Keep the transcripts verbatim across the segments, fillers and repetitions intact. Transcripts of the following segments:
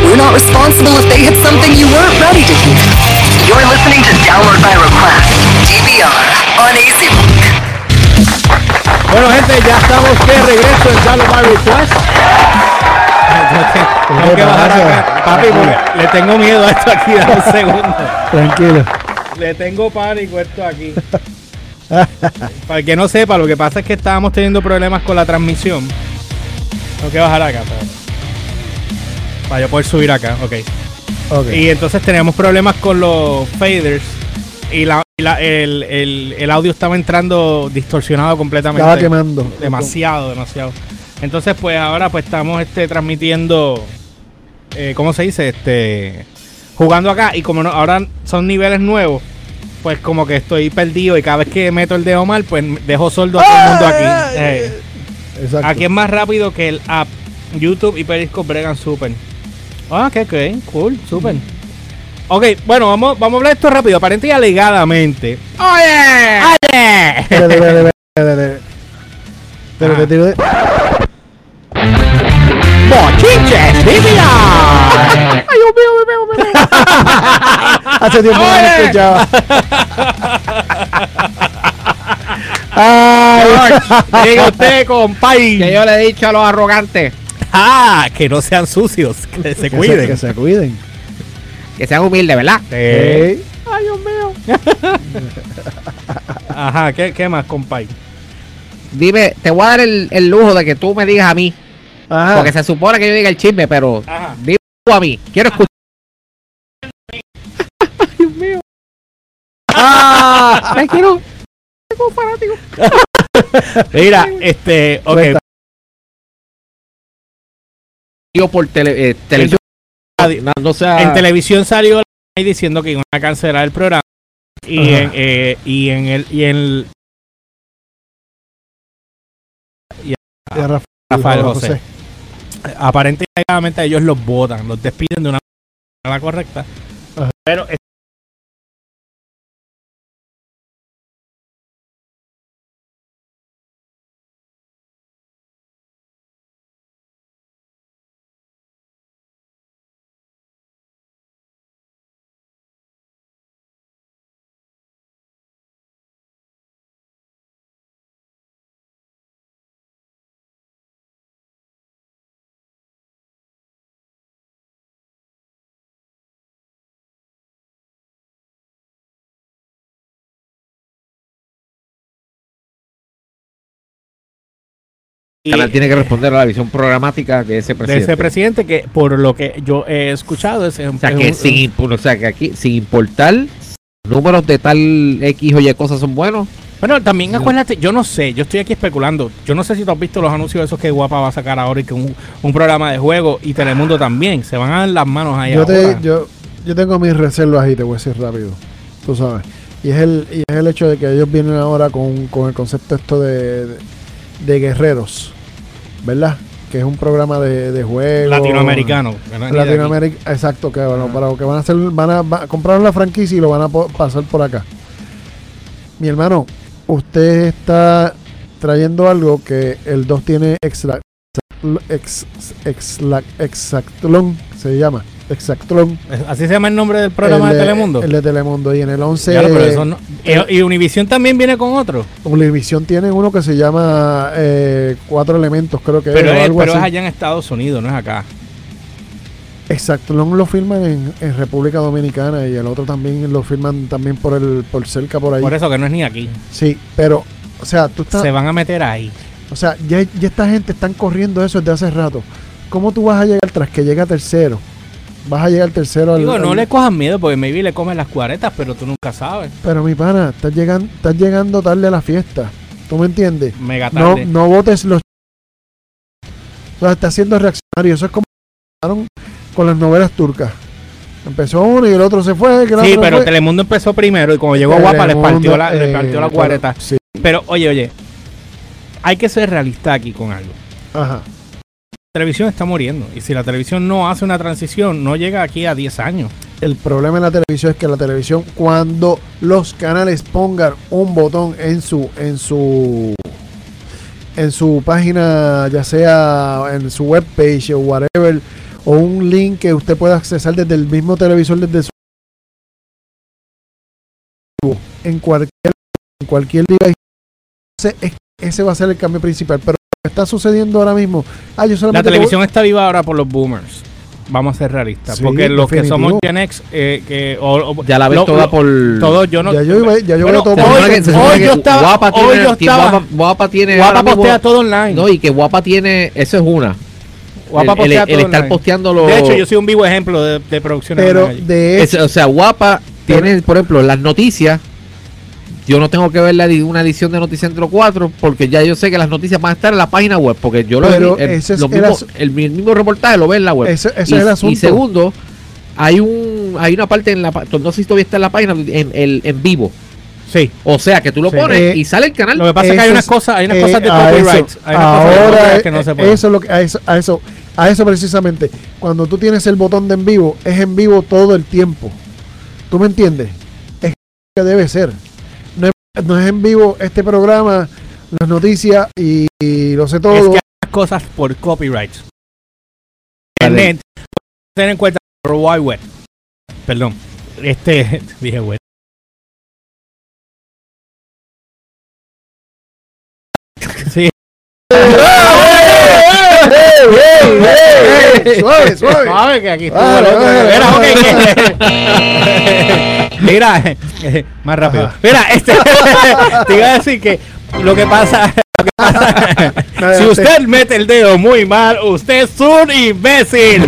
We're not responsible if they hit something you weren't ready to hear. You're listening to Download by Request, D V R, on AZBook. Bueno, gente, ya estamos de regreso en Download by Request. Tengo que bajar acá. Papi, porque le tengo miedo a esto aquí, dame un segundo. Tranquilo. Le tengo pánico esto aquí. Para el que no sepa, lo que pasa es que estábamos teniendo problemas con la transmisión. Tengo que bajar acá para, para yo poder subir acá, ok. Okay. Y entonces teníamos problemas con los faders y, la, y la, el, el, el audio estaba entrando distorsionado completamente. Estaba quemando. Demasiado, demasiado. Entonces pues ahora pues estamos este, transmitiendo, eh, ¿cómo se dice? Este, jugando acá y como no, ahora son niveles nuevos, pues como que estoy perdido y cada vez que meto el dedo mal, pues dejo sordo a todo el mundo aquí. Eh, Exacto. Aquí es más rápido que el app. YouTube y Periscope bregan súper. Ah, que okay, ok, cool, súper. Mm. Ok, bueno, vamos, vamos a hablar de esto rápido. Aparente y alegadamente. ¡Oye! ¡Oye! Espérate, espérate, espérate. Espérate, espérate. ¡Bochinches! ¡Dímela! ¡Ay, Dios mío, me pego, me pego! Hace tiempo que no escuchaba. Ay, diga usted, compay. Que yo le he dicho a los arrogantes. Ah, que no sean sucios, que se que cuiden. Se, que se cuiden. Que sean humildes, ¿verdad? Sí. Ay, Dios mío. Ajá, ¿qué, qué más, compay? Dime, te voy a dar el, el lujo de que tú me digas a mí. Ajá. Porque se supone que yo diga el chisme, pero Ajá. dime tú a mí. Quiero escuchar. Ay, Dios mío. Ah, me quiero. Tengo fanático. Mira, este, ok. Cuenta. Yo por tele, eh, televisión. No, no sea... En televisión salió ahí diciendo que iban a cancelar el programa y en, eh, y en el y en y a, Y a Rafael, Rafael José. José. Aparentemente ellos los votan, los despiden de una manera correcta. Ajá. Pero El canal tiene que responder a la visión programática de ese presidente. De ese presidente que, por lo que yo he escuchado, es, o sea, es que un, sin, o sea, que aquí, sin importar números de tal X o Y cosas son buenos. Bueno, también acuérdate, yo no sé, yo estoy aquí especulando. Yo no sé si tú has visto los anuncios esos que Guapa va a sacar ahora y que un, un programa de juego y Telemundo también. Se van a dar las manos ahí yo ahora. Te, yo, yo tengo mis reservas ahí, te voy a decir rápido. Tú sabes. Y es el, y es el hecho de que ellos vienen ahora con, con el concepto esto de, de, de guerreros. ¿Verdad? Que es un programa de, de juego latinoamericano. Latinoamérica, exacto, que bueno, para lo que van a hacer, van a, va, compraron la franquicia y lo van a po pasar por acá. Mi hermano, usted está trayendo algo que el dos tiene extra, ex, ex, ex, Exactlón, se llama Exactlón. ¿Así se llama el nombre del programa el de, de Telemundo? El de Telemundo. Y en el once... Claro, pero eso no, eh, ¿Y Univision también viene con otro? Univision tiene uno que se llama eh, Cuatro Elementos, creo que pero es. Es, algo pero así. Es allá en Estados Unidos, no es acá. Exactlón lo firman en, en República Dominicana y el otro también lo firman también por el por cerca por ahí. Por eso que no es ni aquí. Sí, pero, o sea, tú estás... Se van a meter ahí. O sea, ya, ya esta gente están corriendo eso desde hace rato. ¿Cómo tú vas a llegar tras que llega tercero? Vas a llegar tercero al... Digo, no al... le cojan miedo porque maybe le comen las cuaretas, pero tú nunca sabes. Pero mi pana, estás llegando, estás llegando tarde a la fiesta. ¿Tú me entiendes? Mega tarde. No, no votes los... O sea, está haciendo reaccionario. Eso es como con las novelas turcas. Empezó uno y el otro se fue. Que el sí, otro pero fue. Telemundo empezó primero y cuando llegó Telemundo, Guapa les partió la, eh, le partió la cuareta. Pero, sí. pero oye, oye, hay que ser realista aquí con algo. Ajá. La televisión está muriendo y si la televisión no hace una transición, no llega aquí a diez años. El problema en la televisión es que la televisión, cuando los canales pongan un botón en su en su en su página, ya sea en su webpage o whatever, o un link que usted pueda accesar desde el mismo televisor, desde su en cualquier, en cualquier device. Ese, ese va a ser el cambio principal. Pero lo que está sucediendo ahora mismo, ah, yo la televisión está viva ahora por los boomers. Vamos a ser realistas, sí, porque los definitivo. que somos Gen X, eh, que, o, o, ya la ves lo, toda lo, por... Todos, yo no... Ya yo, ya yo bueno, veo todo hoy, por... que, hoy yo estaba... Guapa hoy tiene, yo estaba... Guapa, Guapa tiene... Guapa ahora postea mismo, todo online. No, y que Guapa tiene... Eso es una. Guapa el, postea el, todo el estar online. posteando los... De hecho, yo soy un vivo ejemplo de, de producción. Pero de es, hecho... O sea, Guapa tiene, por ejemplo, las noticias. Yo no tengo que ver la, una edición de Noticentro cuatro porque ya yo sé que las noticias van a estar en la página web, porque yo lo Pero el, ese es lo el mismo, asu- el, el mismo reportaje lo ve en la web. Ese, ese y, es el asunto. y segundo, hay un hay una parte en la pa- no sé si todavía está en la página en el en vivo. Sí. O sea, que tú lo Sí. pones Eh, y sale el canal. Lo que pasa es que hay Ese unas es- cosas, hay unas eh, cosas de a copyrights. eso. Hay unas cosas de Ahora, copyrights que no se pueden. eso es lo que, a eso, a eso, a eso precisamente. Cuando tú tienes el botón de en vivo, es en vivo todo el tiempo. ¿Tú me entiendes? Es que debe ser. No es, no es en vivo este programa, las noticias y, y lo sé todo. Es que hay unas cosas por copyrights. Internet, ten en cuenta el World Wide Web. Perdón. Este, dije web. Sí. Suave, suave. Suave, que aquí estuvo Vale, el otro. vale, Mira, vale. ok, que- Mira, eh, más rápido. Ajá. Mira, este, te iba a decir que lo que pasa, lo que pasa si usted mete el dedo muy mal, usted es un imbécil.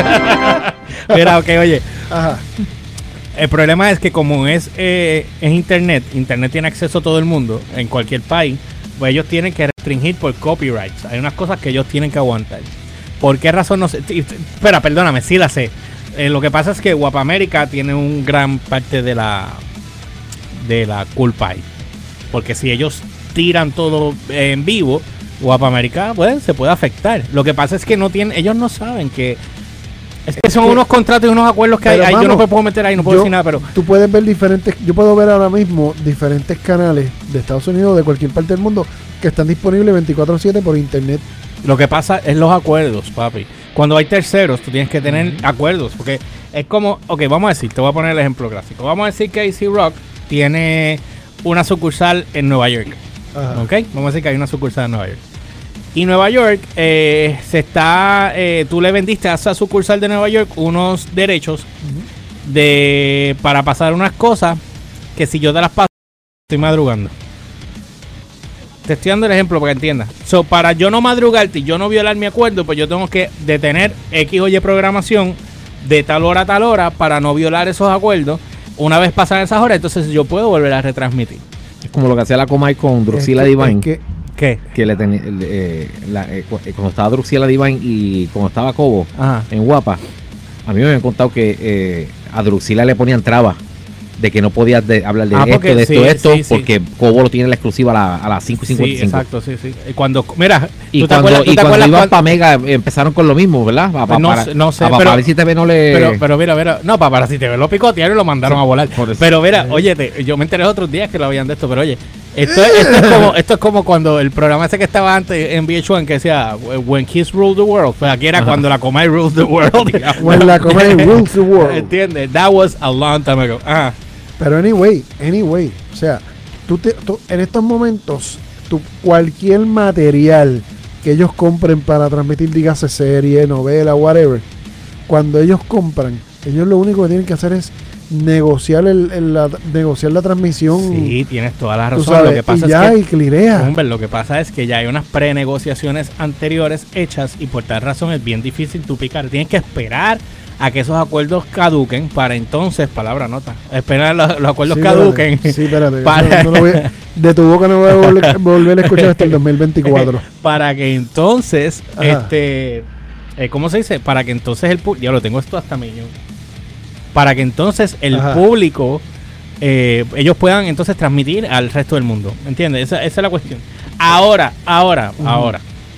Mira, ok, oye. Ajá. El problema es que como es, eh, es internet, internet tiene acceso a todo el mundo, en cualquier país, pues ellos tienen que restringir por copyrights. Hay unas cosas que ellos tienen que aguantar. ¿Por qué razón? No sé. T- t- Espera, perdóname, sí la sé. Eh, lo que pasa es que Guapa América tiene un gran parte de la de la culpa ahí. Porque si ellos tiran todo eh, en vivo, Guapa América pues, se puede afectar. Lo que pasa es que no tienen, ellos no saben que es que son que- unos contratos y unos acuerdos que hay. Pero ahí yo no vamos, me puedo meter ahí, no puedo yo- decir nada, pero Tú puedes ver diferentes, yo puedo ver ahora mismo diferentes canales de Estados Unidos, de cualquier parte del mundo, que están disponibles veinticuatro siete por internet. lo que pasa es los acuerdos, papi. Cuando hay terceros, tú tienes que tener acuerdos. Porque es como, ok, vamos a decir, te voy a poner el ejemplo clásico. Vamos a decir que A C Rock tiene una sucursal en Nueva York. Ajá. Ok, vamos a decir que hay una sucursal en Nueva York. Y Nueva York eh, se está, eh, tú le vendiste a esa sucursal de Nueva York unos derechos de para pasar unas cosas que si yo te las paso, estoy madrugando. Te estoy dando el ejemplo para que entiendas. So, para yo no madrugarte y yo no violar mi acuerdo, pues yo tengo que detener X o Y programación de tal hora a tal hora para no violar esos acuerdos. Una vez pasan esas horas, entonces yo puedo volver a retransmitir. Es como lo que hacía la Comay con Druxila Es que- Divine. es que- ¿Qué? que le tenía eh, la- eh, cu- eh, cuando estaba Druxila Divine y cuando estaba Cobo Ajá. en Guapa, a mí me habían contado que eh, a Druxila le ponían trabas de que no podías de- hablar de Ah, esto, porque de esto, sí, de esto, sí, sí. porque Cobo lo tiene la exclusiva a, la- a las cinco y cincuenta y Sí, cinco. exacto, sí, sí. Y cuando, mira, Y ¿tú te cuando, acuerdas, tú y te cuando acuerdas iban cuan- para Mega eh, empezaron con lo mismo, ¿verdad? Pa- pa- No para, sé, no sé, a- pa- pero- para ver si T V no le... Pero, pero mira, mira, no, para, para si te ve lo picotearon y lo mandaron a volar. por eso. Pero mira, oye, te- yo me enteré otros días que lo habían de esto, pero oye, esto, es- esto, es como, esto es como cuando el programa ese que estaba antes en V H uno que decía When Kids Rule the World, pues aquí era Ajá. cuando la Comay rules the world. digamos. When la Comay rules the world. ¿Entiendes? That was a long time ago. Ajá. Pero anyway, anyway, o sea, tú te, tú- en estos momentos, tú, cualquier material que ellos compren para transmitir, dígase serie, novela, whatever, cuando ellos compran, ellos lo único que tienen que hacer es negociar el, el- la, negociar la transmisión. Sí, tienes toda la tú razón. sabes, Lo que pasa y ya, es que y clirea. Hombre, lo que pasa es que ya hay unas prenegociaciones anteriores hechas y por tal razón es bien difícil tú picar. Tienes que esperar a que esos acuerdos caduquen para entonces, palabra nota, esperar los, los acuerdos Sí, caduquen. espérate, Sí, espérate. Para- no- no lo voy a- de tu boca no voy a volver, volver a escuchar hasta el dos mil veinticuatro. para que entonces, Ajá. este, eh, ¿cómo se dice? Para que entonces el público, ya lo tengo esto hasta millón. Para que entonces el Ajá. público, eh, ellos puedan entonces transmitir al resto del mundo. ¿Entiendes? Esa, esa es la cuestión. Ahora, ahora, Ujú. ahora.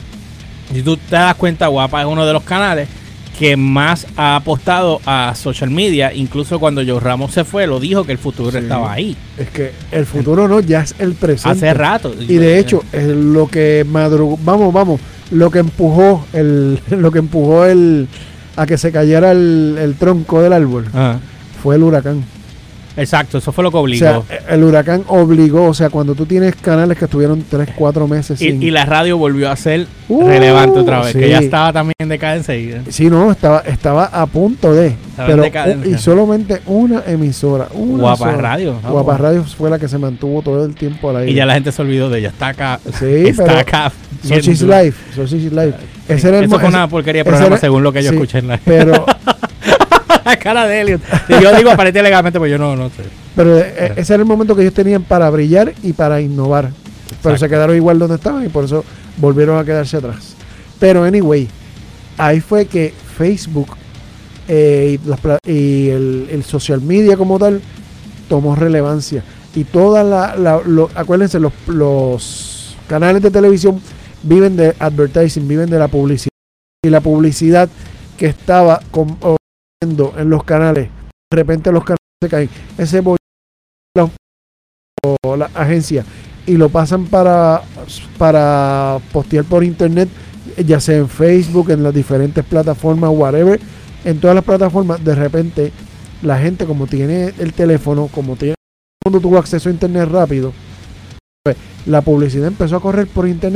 Si tú te das cuenta, Guapa es uno de los canales que más ha apostado a social media. Incluso cuando Joe Ramos se fue, lo dijo que el futuro Sí. estaba ahí. Es que el futuro no, ya es el presente. Hace rato. Y de hecho, es lo que madrugó, vamos, vamos, lo que empujó el, lo que empujó el, a que se cayera el, el tronco del árbol Ajá. fue el huracán. Exacto, eso fue lo que O obligó. sea, el huracán obligó, o sea, cuando tú tienes canales que estuvieron tres, cuatro meses y, sin... y la radio volvió a ser Uh, relevante otra vez, sí. que ya estaba también en decadencia. Y, Sí, no, estaba, estaba a punto de... Estaba en pero decadencia. u- y solamente una emisora. Una Guapa sola. Radio. ah, Guapa bueno. Radio fue la que se mantuvo todo el tiempo al aire. Y ya la gente se olvidó de ella. Está acá. Sí, está pero acá. Sochi's Life, Sochi's Life. Sí, Ese era el eso mo- fue ese- una porquería de ese programa era- según lo que yo sí, escuché en la Pero, la cara de Elliot. Y yo digo aparente legalmente, pues yo no, no sé. pero eh, ese era el momento que ellos tenían para brillar y para innovar. Pero Exacto. se quedaron igual donde estaban y por eso volvieron a quedarse atrás. Pero anyway, ahí fue que Facebook eh, y, las pla- y el, el social media como tal tomó relevancia. Y toda la, la- lo- acuérdense, los, los canales de televisión viven de advertising, viven de la publicidad. Y la publicidad que estaba com- ocurriendo en los canales, de repente los canales se caen. Ese bollo la, o la agencia y lo pasan para, para postear por internet, ya sea en Facebook, en las diferentes plataformas, whatever, en todas las plataformas. De repente la gente, como tiene el teléfono, como tiene, cuando tuvo acceso a internet rápido, pues, la publicidad empezó a correr por internet.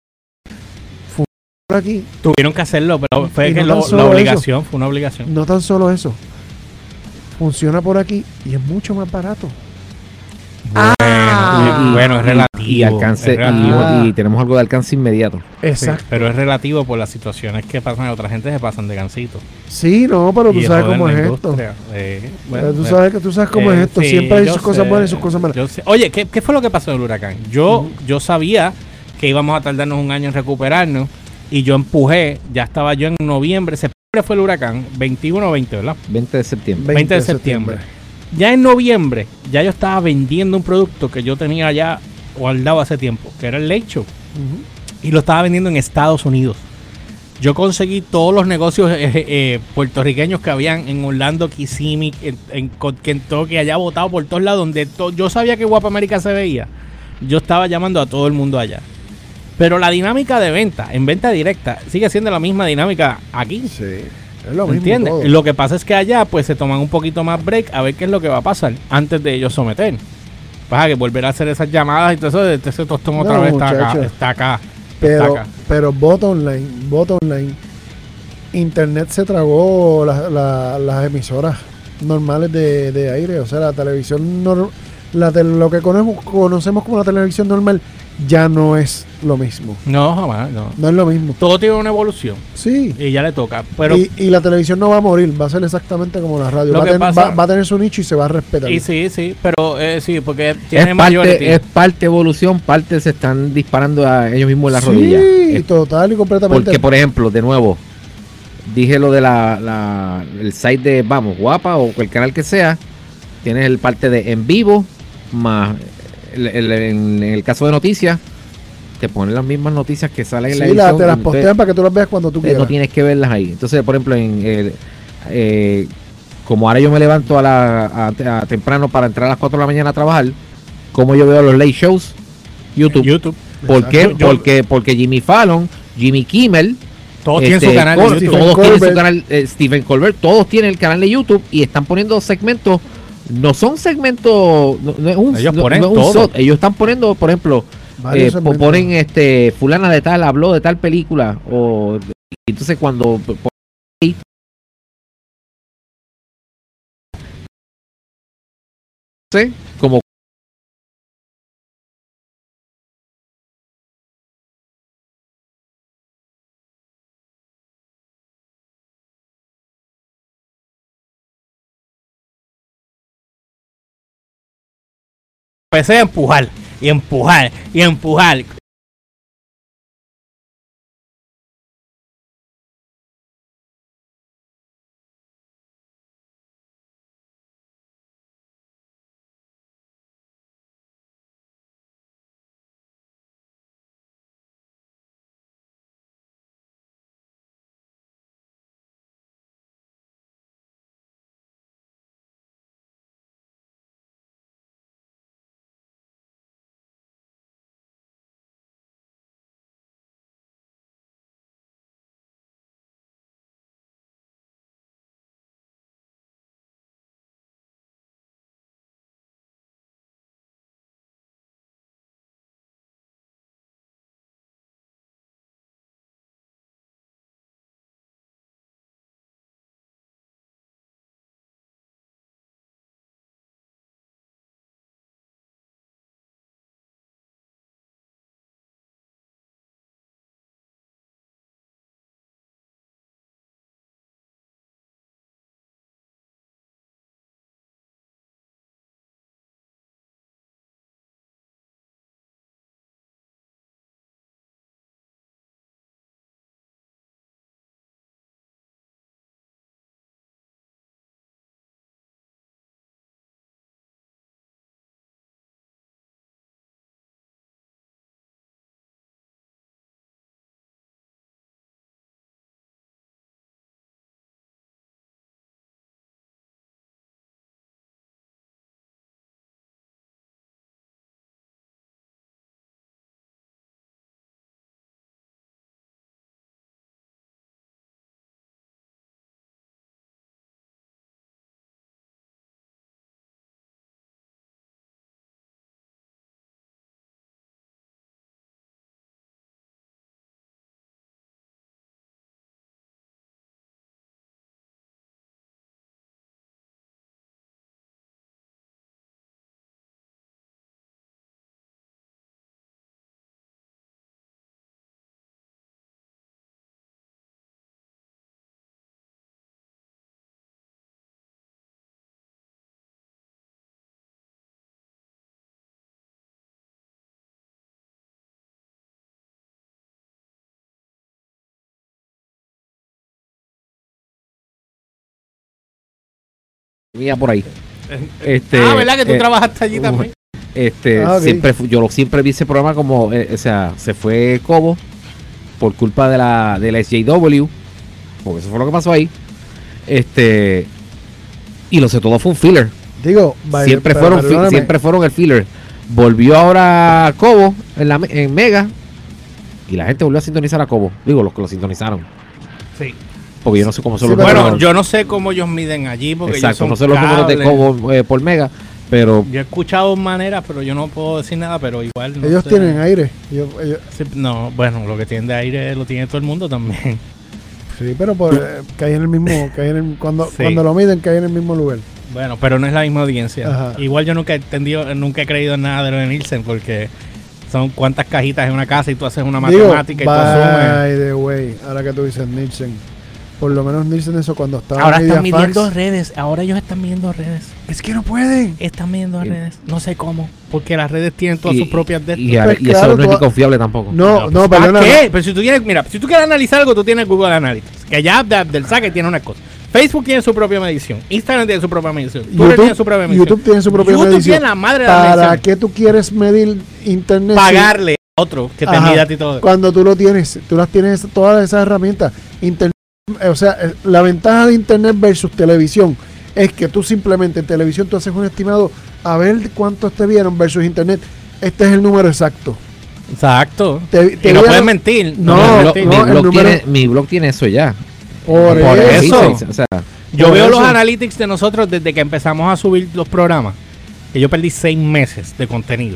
Fue por aquí. Tuvieron que hacerlo, pero fue Y que no lo- tan la solo obligación, fue una obligación. No tan solo eso, funciona por aquí y es mucho más barato. Bueno, Ah. y- bueno, es Y- relativo. Y, alcance, es relativo. Ah. y, y tenemos algo de alcance inmediato. Sí, Exacto. pero es relativo por las situaciones que pasan. Otra gente se pasan de gancito. Sí, no, pero tú Y sabes joden cómo la es esto. industria. Eh, bueno, Eh, tú bueno. sabes que tú sabes cómo Eh, es esto. sí, Siempre hay yo sus cosas sé, buenas y sus cosas malas. yo sé. Oye, ¿qué, ¿qué fue lo que pasó en el huracán? Yo, yo sabía que íbamos a tardarnos un año en recuperarnos y yo empujé, ya estaba yo en noviembre, septiembre fue el huracán, veintiuno o veinte, ¿verdad? veinte de septiembre. veinte de septiembre. Ya en noviembre, ya yo estaba vendiendo un producto que yo tenía ya guardado hace tiempo, que era el Late Show, Ujú. y lo estaba vendiendo en Estados Unidos. Yo conseguí todos los negocios eh, eh, puertorriqueños que habían en Orlando, Kissimmee, en, en Con- Kentucky, allá botado por todos lados, donde to- yo sabía que Guapa América se veía. Yo estaba llamando a todo el mundo allá. Pero la dinámica de venta, en venta directa, sigue siendo la misma dinámica aquí. Sí, es lo mismo. ¿Entiendes? todo. Lo que pasa es que allá pues se toman un poquito más break a ver qué es lo que va a pasar antes de ellos someter. Pasa que volver a hacer esas llamadas y todo eso, este, ese tostón otra No, vez está acá, muchacho. está acá. Pero, está acá. pero bottom line, bottom line, internet se tragó la- la- las emisoras normales de, de aire, o sea, la televisión, nor- la tel- lo que conocemos, conocemos como la televisión normal ya no es lo mismo, No, jamás, no. no es lo mismo. Todo tiene una evolución Sí, y ya le toca. Pero y, y la televisión no va a morir, va a ser exactamente como la radio, Lo va a, que ten- pasa- va- va a tener su nicho y se va a respetar. y sí, sí, pero eh, sí, porque tiene Es mayority. parte, es parte evolución, parte se están disparando a ellos mismos en la sí, rodilla. Es total y completamente. porque, por ejemplo, de nuevo, dije lo de la, la- el site de Vamos, Guapa o el canal que sea, tienes el parte de en vivo, más el- el- en, en el caso de noticias, te ponen las mismas noticias que salen en la Sí, la- edición. te las entonces, postean para que tú las veas cuando tú eh, quieras. no tienes que verlas ahí. Entonces, por ejemplo, en el, eh, como ahora yo me levanto a la a- a temprano para entrar a las cuatro de la mañana a trabajar, como yo veo los late shows, YouTube. YouTube. ¿Por qué? Yo- yo- porque, porque Jimmy Fallon, Jimmy Kimmel, Todos este, tienen su canal de Col- YouTube. todos Stephen tienen su Colbert. canal, eh, Stephen Colbert, todos tienen el canal de YouTube y están poniendo segmentos. No son segmentos, no, no es un, Ellos no- ponen no es un todo. shot. Ellos están poniendo, por ejemplo, Varios eh, po- segmentos. ponen este fulana de tal habló de tal película o entonces cuando po- po- sí, como Empecé a empujar y empujar y empujar. mía por ahí. Este, ah, ¿verdad que tú eh, trabajaste allí también? Este, Ah, okay. siempre fu- yo lo siempre vi ese programa como, eh, o sea, se fue Cobo por culpa de la de la S J W, porque eso fue lo que pasó ahí. Este, y lo sé, todo fue un filler. Digo, vaya, Siempre pero fueron fi- perdóname. siempre fueron el filler. Volvió ahora Cobo en la en Mega y la gente volvió a sintonizar a Cobo. Digo, los que lo sintonizaron. Sí. Porque yo no sé cómo son Sí, los pero- Bueno, números. yo no sé cómo ellos miden allí, porque ellos Exacto, son no sé los números de cables. Cobo eh, por Mega, pero Yo he escuchado maneras, pero yo no puedo decir nada, pero igual no Ellos sé. tienen aire. Ellos- ellos- Sí, no, bueno, lo que tiene de aire lo tiene todo el mundo también. sí, pero por, eh, cae en el mismo. Cae en el- cuando, Sí. cuando lo miden, cae en el mismo lugar. Bueno, pero no es la misma audiencia. Ajá. Igual yo nunca he entendido, nunca he creído en nada de lo de Nielsen, porque son cuántas cajitas en una casa y tú haces una Digo, matemática y tú asumes. by the way, ahora que tú dices Nielsen, por lo menos Nielsen eso cuando estaba Ahora en están MediaFax, midiendo redes, ahora ellos están midiendo redes. es que no pueden. Están midiendo Y- redes, no sé cómo, porque las redes tienen todas sus propias de y, Pues y claro, eso no es tú- ni confiable tampoco. No, no, ¿para perdona. qué? Pero si tú tienes, mira, si tú quieres analizar algo, tú tienes Google Analytics, que ya de- del saque tiene una cosa. Facebook tiene su propia medición, Instagram tiene su propia medición, Twitter tiene su propia medición, YouTube tiene su propia YouTube medición. tiene la madre de las ¿Para mediciones. qué tú quieres medir internet? si- Pagarle a otro que te Ajá, mida a ti todo. Cuando tú lo tienes, tú las tienes todas esas herramientas. Internet, eh, o sea, eh, la ventaja de internet versus televisión es que tú simplemente en televisión tú haces un estimado a ver cuántos te vieron versus internet. Este es el número exacto. Exacto. Te- te y no vieron- puedes mentir. No, puedes mi, blog, mentir. mi no, el blog número- tiene, mi blog tiene eso ya. Por, Por eso. eso. O sea, Yo por veo eso. los analytics de nosotros desde que empezamos a subir los programas. Que yo perdí seis meses de contenido.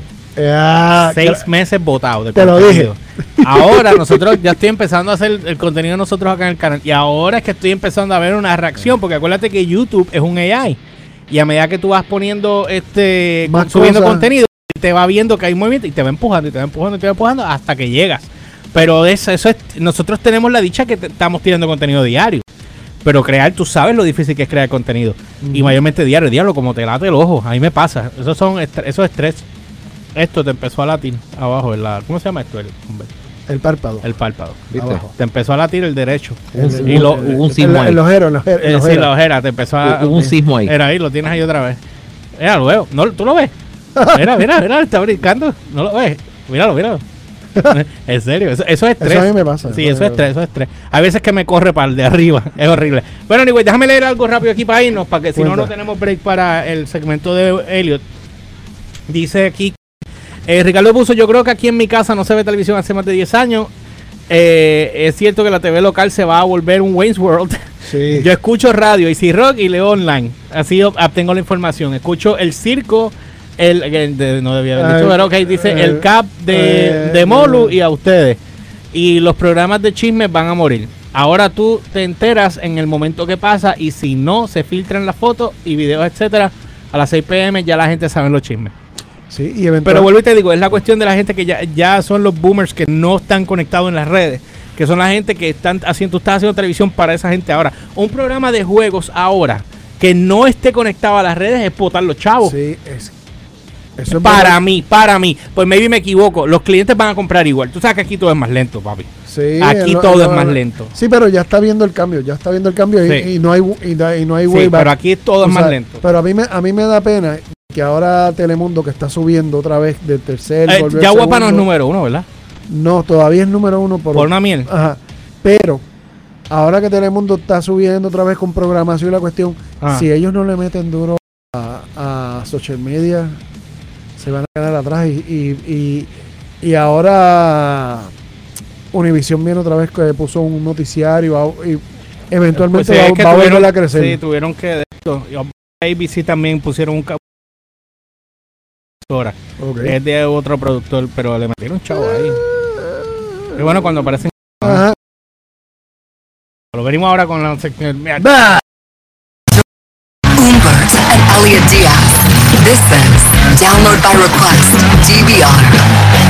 Ah, seis que- meses botados de Te lo contenido. Ahora nosotros ya estoy empezando a hacer el contenido de nosotros acá en el canal. Y ahora es que estoy empezando a ver una reacción. Porque acuérdate que YouTube es un A I. Y a medida que tú vas poniendo este Más subiendo cosas. contenido, te va viendo que hay movimiento y te va empujando y te va empujando y te va empujando hasta que llegas. Pero eso, eso es, nosotros tenemos la dicha que te- estamos tirando contenido diario. Pero crear, tú sabes lo difícil que es crear contenido. Y mayormente diario, diario, como te late el ojo. A mí me pasa. Eso son estre- eso es estrés. Esto te empezó a latir abajo. En la, ¿cómo se llama esto? El, el párpado. el párpado. ¿viste? Abajo. Te empezó a latir el derecho. El- y lo, hubo un el- sismo el- ahí. el ojero, el ojero, el eh, sí, ojero. la ojera. Te empezó a... Hubo un sismo ahí. Era ahí, lo tienes ahí otra vez. Mira, lo veo. ¿No, ¿Tú lo ves? Mira, mira, mira. Está brincando. ¿No lo ves? Míralo, míralo. En serio, eso, eso es estrés. Eso a mí me pasa. Sí, eso es estrés, eso es estrés. Hay veces que me corre para el de arriba, es horrible. Bueno, anyway, déjame leer algo rápido aquí para irnos, para que si no, Cuenta. no tenemos break para el segmento de Elliot. Dice aquí, eh, Ricardo puso, yo creo que aquí en mi casa no se ve televisión hace más de diez años. Eh, es cierto que la T V local se va a volver un Wayne's World. Sí. Yo escucho radio, Easy Rock y leo online. Así obtengo la información. Escucho el circo, el, el de- no debía haber dicho, Ay, pero ok, dice eh, el cap de, eh, de Molu no. y a ustedes. Y los programas de chismes van a morir. Ahora tú te enteras en el momento que pasa y si no se filtran las fotos y videos, etcétera, a las seis pm ya la gente sabe los chismes. Sí, y eventualmente. Pero vuelvo y te digo, es la cuestión de la gente que ya, ya son los boomers que no están conectados en las redes, que son la gente que están haciendo, tú estás haciendo televisión para esa gente ahora. Un programa de juegos ahora que no esté conectado a las redes es botar los chavos. Sí, es. Eso es Para verdad. mí, para mí. Pues maybe me equivoco. Los clientes van a comprar igual. Tú sabes que aquí todo es más lento, papi. Sí, Aquí en lo- todo en es lo- más lento. Sí, pero ya está viendo el cambio, ya está viendo el cambio y, Sí. y no hay y, da- y no hay Sí, way back. pero aquí todo es O más sea, lento. Pero a mí me a mí me da pena que ahora Telemundo que está subiendo otra vez del tercer Eh, volvió ya al Guapa no es segundo. número uno, ¿verdad? No, todavía es número uno por, Por una miel. Ajá. Pero ahora que Telemundo está subiendo otra vez con programación y la cuestión, Ah. si ellos no le meten duro a, a social media, se van a quedar atrás. Y, y, y, y ahora Univision viene otra vez que puso un noticiario a- y eventualmente Pues sí, va, es que va a volver tuvieron- a crecer. Sí, tuvieron que... de esto. Y A B C también pusieron un... ca- hora. Ok. Es de otro productor, pero le metieron un chavo ahí. Y bueno, cuando aparecen... Ajá. Lo venimos ahora con la sección... Mira, Bah. Umbert and Elliot Diaz. This is Download by Request, D V R.